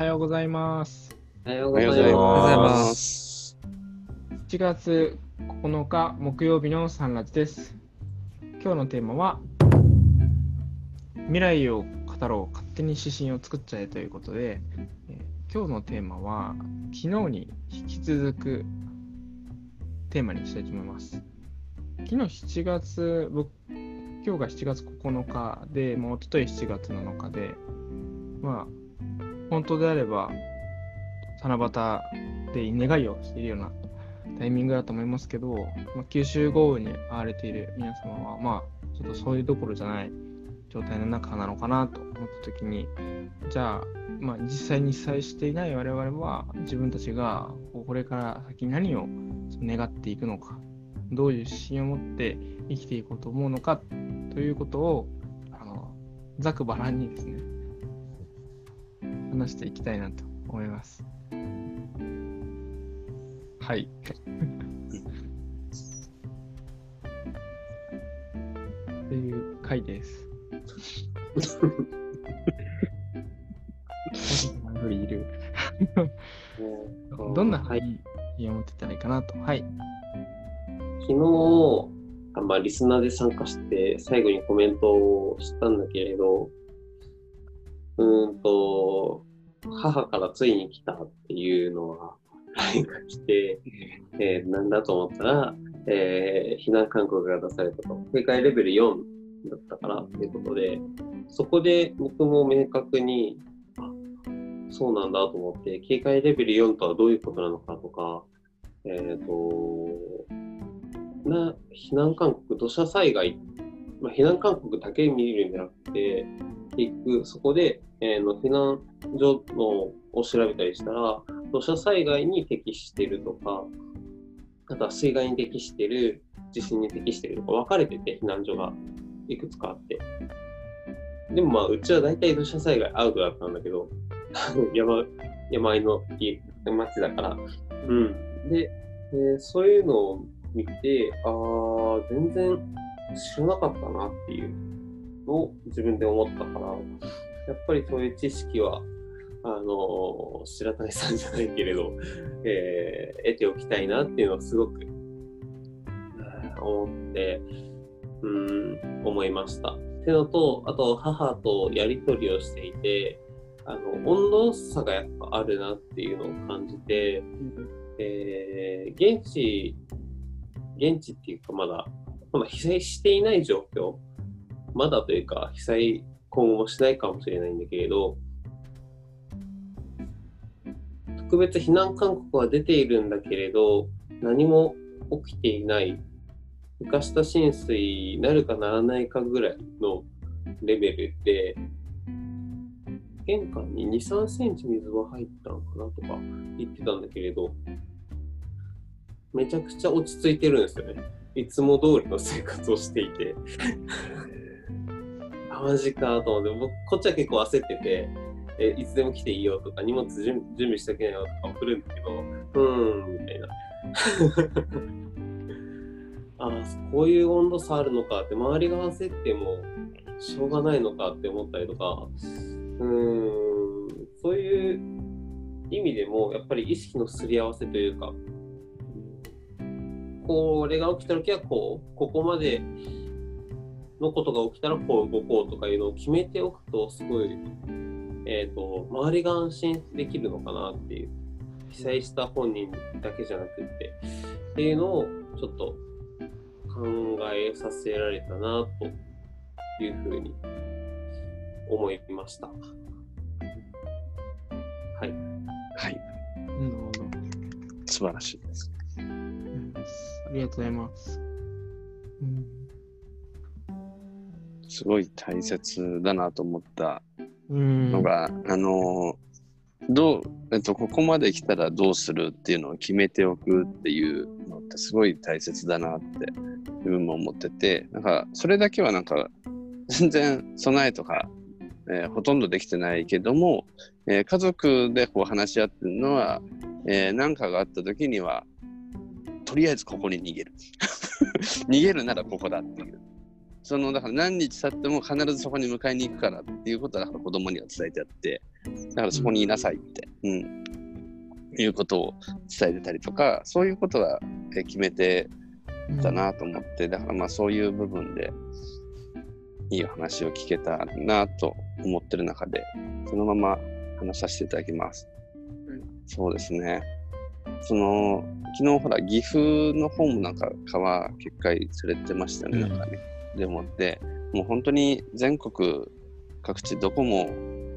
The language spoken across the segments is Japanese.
はようございます。 おはようごおはようざいございま。 ますす。 7月9日木曜日のサンラジです。今日のテーマは未来を語ろう、勝手に指針を作っちゃえということで、今日のテーマは昨日に引き続くテーマにしたいと思います。昨日7月、今日が7月9日で、一昨日7月7日で、本当であれば七夕で願いをしているようなタイミングだと思いますけど、九州豪雨に遭われている皆様は、ちょっとそういうどころじゃない状態の中なのかなと思ったときに、じゃあ、実際に被災していない我々は自分たちがこれから先何を願っていくのか、どういう指針を持って生きていこうと思うのかということをざくばらんにですね、話していきたいなと思います。はい。という回です。いるどんな話を持ってたらいいかなと。はい。 昨日、リスナーで参加して最後にコメントをしたんだけれど、母からついに来たっていうのが LINE が来て、なんだと思ったら、避難勧告が出されたと。警戒レベル4だったからということで、そこで僕も明確に、そうなんだと思って、警戒レベル4とはどういうことなのかとか、避難勧告、土砂災害、避難勧告だけ見るんじゃなくて、結局そこで、避難所を調べたりしたら、土砂災害に適しているとか、あとは水害に適している、地震に適しているとか分かれてて、避難所がいくつかあって。でもうちは大体土砂災害アウトだったんだけど、山あいの町だから。で、そういうのを見て、全然知らなかったなっていうのを自分で思ったから、やっぱりそういう知識は、白谷さんじゃないけれど、得ておきたいなっていうのをすごく思って、思いました。っていうのと、あと母とやり取りをしていて、温度差がやっぱあるなっていうのを感じて、現地っていうかまだ被災していない状況、まだというか被災今後もしないかもしれないんだけれど、特別避難勧告は出ているんだけれど、何も起きていない、床下浸水になるかならないかぐらいのレベルで、玄関に2、3センチ水は入ったのかなとか言ってたんだけれど、めちゃくちゃ落ち着いてるんですよね。いつも通りの生活をしていて。マジかと思って、僕、こっちは結構焦ってて、いつでも来ていいよとか、荷物準備しとけないよとか送るんだけど、みたいな。こういう温度差あるのかって、周りが焦ってもしょうがないのかって思ったりとか、そういう意味でも、やっぱり意識のすり合わせというか、これが起きたときはここまでのことが起きたらこう動こうとかいうのを決めておくと、すごい、周りが安心できるのかなっていう、被災した本人だけじゃなくっていうのをちょっと考えさせられたなというふうに思いました。はい。 はい。 なるほど。 素晴らしいです。 ありがとうございます。 すごい大切だなと思ったのが、ここまで来たらどうするっていうのを決めておくっていうのってすごい大切だなって自分も思ってて、それだけは全然備えとか、ほとんどできてないけども、家族で話し合ってるのは、何かがあった時にはとりあえずここに逃げる逃げるならここだっていう、だから何日経っても必ずそこに迎えに行くからっていうことは子供には伝えてあって、 だからそこにいなさいって、いうことを伝えてたりとか、そういうことは決めてたなと思って、だからまあそういう部分でいいお話を聞けたなと思ってる中で、そのまま話させていただきます。そうですね。昨日ほら岐阜の方もなんか川決壊されてましたよね、なんかね。でもってもう本当に全国各地どこも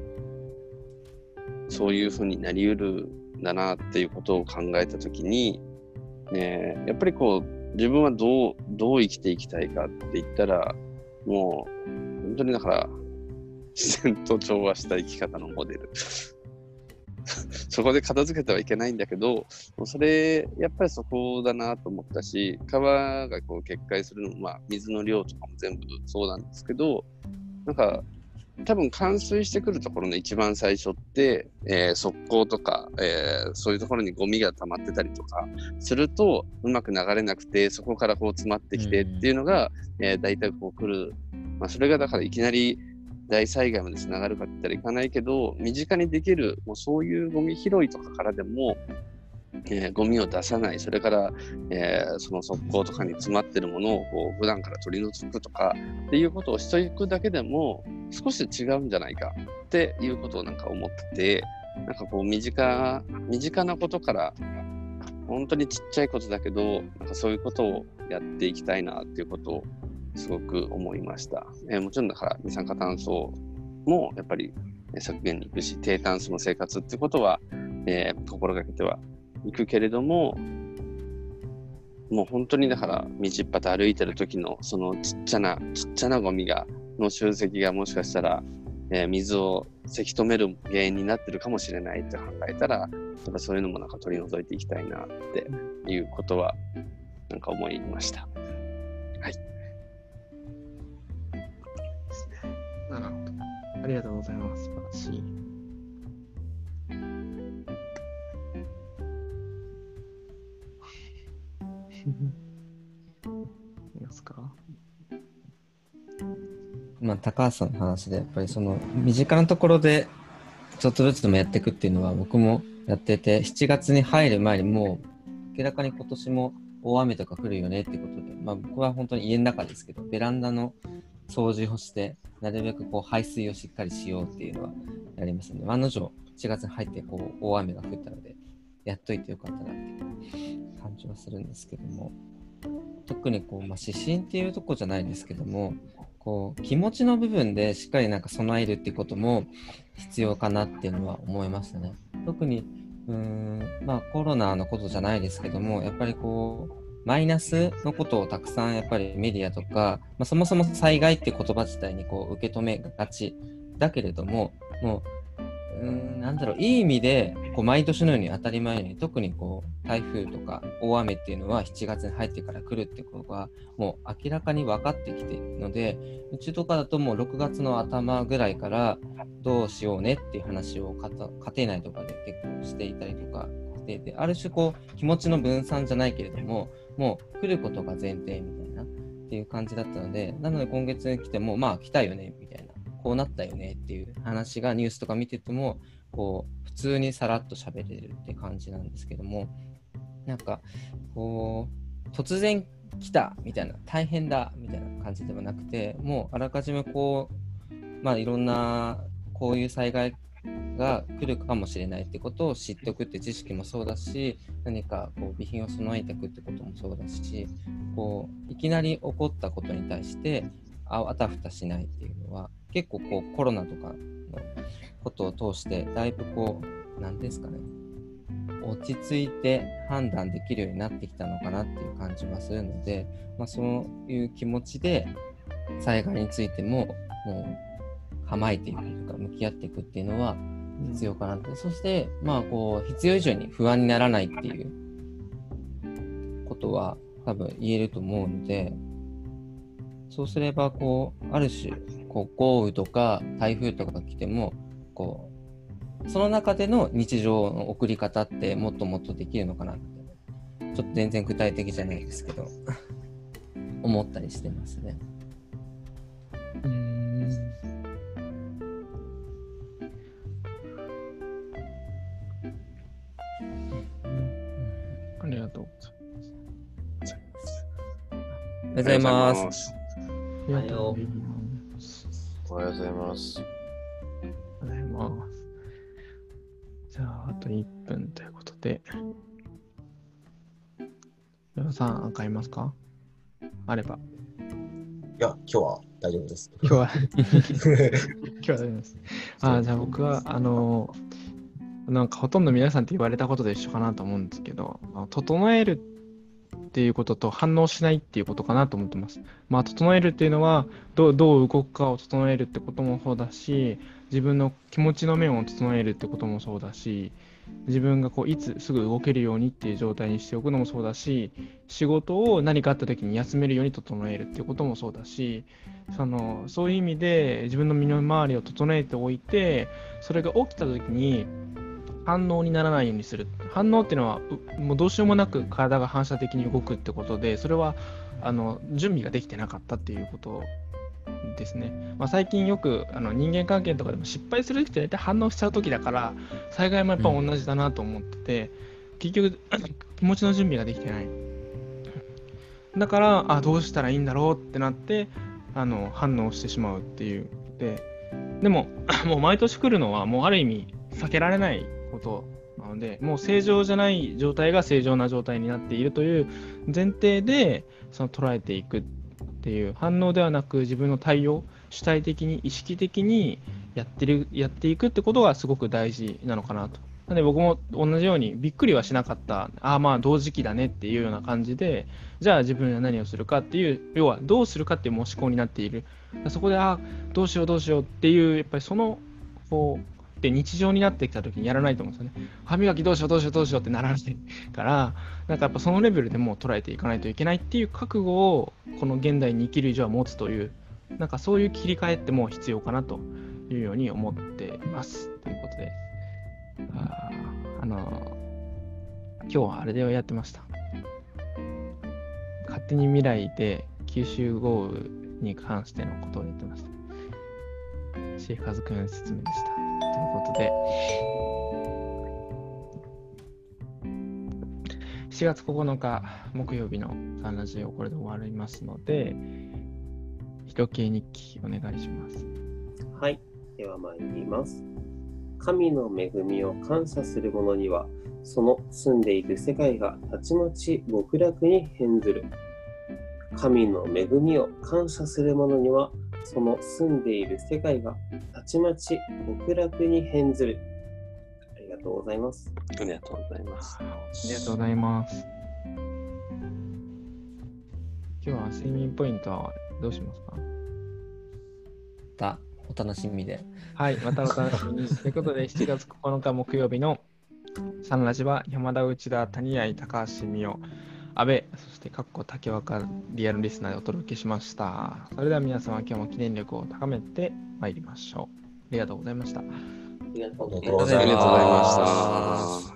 そういう風になりうるんだなっていうことを考えたときに、やっぱりこう自分はどう生きていきたいかって言ったら、もう本当にだから自然と調和した生き方のモデルそこで片付けてはいけないんだけど、それやっぱりそこだなと思ったし、川がこう決壊するのも、まあ、水の量とかも全部そうなんですけど、なんか多分冠水してくるところの一番最初って、側溝とか、そういうところにゴミが溜まってたりとかするとうまく流れなくて、そこからこう詰まってきてっていうのが、大体こう来る、まあ、それがだからいきなり大災害までつながるかって言ったらいかないけど、身近にできるもうそういうゴミ拾いとかからでも、ゴミを出さない、それから、その側溝とかに詰まってるものをこう普段から取り除くとかっていうことをしていくだけでも少し違うんじゃないかっていうことをなんか思ってて、なんかこう身近なことから本当にちっちゃいことだけど、なんかそういうことをやっていきたいなっていうことをすごく思いました。もちろんだから二酸化炭素もやっぱり削減に行くし、低炭素の生活ってことは、心がけてはいくけれども、もう本当にだから道っ端歩いてる時のそのちっちゃなゴミの集積がもしかしたら、水をせき止める原因になってるかもしれないって考えたら、やっぱそういうのもなんか取り除いていきたいなっていうことはなんか思いました。はい。 なるほど。ありがとうございます。素晴らしい。いますか？ まあ、高橋さんの話でやっぱりその身近なところでちょっとずつでもやっていくっていうのは僕もやってて、7月に入る前にもう明らかに今年も大雨とか来るよねっていうことで、まあ、僕は本当に家の中ですけどベランダの掃除をしてなるべくこう排水をしっかりしようっていうのはやりましたね。案の定7月に入ってこう大雨が降ったのでやっといてよかったなっていう感じはするんですけども、特にこう、まあ、指針っていうところじゃないですけども、こう気持ちの部分でしっかりなんか備えるっていうことも必要かなっていうのは思いましたね。特にまあコロナのことじゃないですけども、やっぱりこうマイナスのことをたくさんやっぱりメディアとか、まあ、そもそも災害っていう言葉自体にこう受け止めがちだけれども、もうなんだろう、いい意味でこう毎年のように当たり前に、特にこう台風とか大雨っていうのは7月に入ってから来るってことがもう明らかに分かってきているので、うちとかだともう6月の頭ぐらいからどうしようねっていう話を家庭内とかで結構していたりとかしていて、ある種こう気持ちの分散じゃないけれども、もう来ることが前提みたいなっていう感じだったので、なので今月に来てもまあ来たよねみたいな、こうなったよねっていう話がニュースとか見ててもこう普通にさらっと喋れるって感じなんですけども、なんかこう突然来たみたいな、大変だみたいな感じではなくて、もうあらかじめこうまあいろんなこういう災害が来るかもしれないってことを知っておくって知識もそうだし、何かこう備品を備えておくってこともそうだし、こういきなり起こったことに対してあたふたしないっていうのは結構こうコロナとかのことを通してだいぶこう何ですかね、落ち着いて判断できるようになってきたのかなっていう感じはするので、まあ、そういう気持ちで災害についてももう構えていくとか向き合っていくっていうのは必要かなって、そしてまあこう必要以上に不安にならないっていうことは多分言えると思うので、そうすればこうある種こう豪雨とか台風とかが来てもこうその中での日常の送り方ってもっともっとできるのかなって、ちょっと全然具体的じゃないですけど思ったりしてますね。 うございます。 ありがとうございます。 おはようございます。 おはようございます。じゃあ、あと1分ということで。皆さん、買いますか？あれば。 いや、今日は大丈夫です。 今日は大丈夫です。じゃあ僕は、なんかほとんど皆さんって言われたことで一緒かなと思うんですけど、整えるっていうことと反応しないっていうことかなと思ってます。整えるっていうのはどう動くかを整えるってこともそうだし、自分の気持ちの面を整えるってこともそうだし、自分がいつすぐ動けるようにっていう状態にしておくのもそうだし、仕事を何かあった時に休めるように整えるっていうこともそうだし、そういう意味で自分の身の回りを整えておいて、それが起きた時に反応にならないようにする。反応っていうのはもうどうしようもなく体が反射的に動くってことで、それは準備ができてなかったっていうことですね。最近よく人間関係とかでも失敗する時って大体反応しちゃう時だから、災害もやっぱ同じだなと思ってて、結局気持ちの準備ができてない。だからどうしたらいいんだろうってなって反応してしまうっていうでももう毎年来るのはもうある意味避けられないことなので、もう正常じゃない状態が正常な状態になっているという前提で捉えていくっていう、反応ではなく自分の対応、主体的に意識的にやっていくってことがすごく大事なのかなと。なので僕も同じようにびっくりはしなかった。同時期だねっていうような感じで、じゃあ自分は何をするかっていう、要はどうするかっていう思考になっている。そこでどうしようっていう、やっぱりそので日常になってきた時にやらないと思うんですよね。歯磨きどうしようってならないから、なんかやっぱそのレベルでもう捉えていかないといけないっていう覚悟をこの現代に生きる以上は持つという、なんかそういう切り替えってもう必要かなというように思っていますということで、今日はあれでやってました。勝手に未来で九州豪雨に関してのことを言ってました。シェイカズ君説明でした。ということで、7月9日木曜日のサンラジオこれで終わりますので、ひろけい日記お願いします。 はい、では参ります。神の恵みを感謝する者には、その住んでいる世界がたちまち極楽に変ずる。神の恵みを感謝する者には、その住んでいる世界がたちまち極楽に変ずる。ありがとうございます。 ありがとうございます。 ありがとうございます。今日は睡眠ポイントはどうしますか？ お楽しみで。 はい、またお楽しみに。ということで、7月9日木曜日のサンラジは山田、内田、谷合、高橋美代、安倍、そして竹若リアルリスナーでお届けしました。それでは皆様、今日も記念力を高めてまいりましょう。ありがとうございました。 ありがとうございました。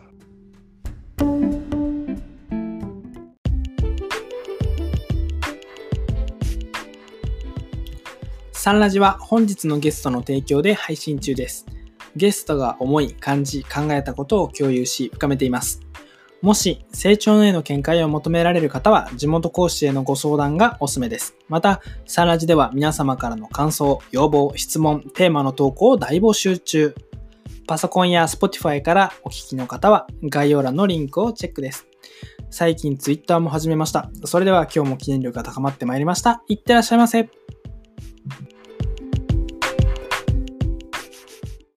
サンラジは本日のゲストの提供で配信中です。ゲストが思い、感じ、考えたことを共有し深めています。もし成長への見解を求められる方は地元講師へのご相談がおすすめです。また、サンラジでは皆様からの感想、要望、質問、テーマの投稿を大募集中。パソコンや Spotify からお聞きの方は概要欄のリンクをチェックです。最近 Twitter も始めました。それでは今日も記念力が高まってまいりました。いってらっしゃいませ。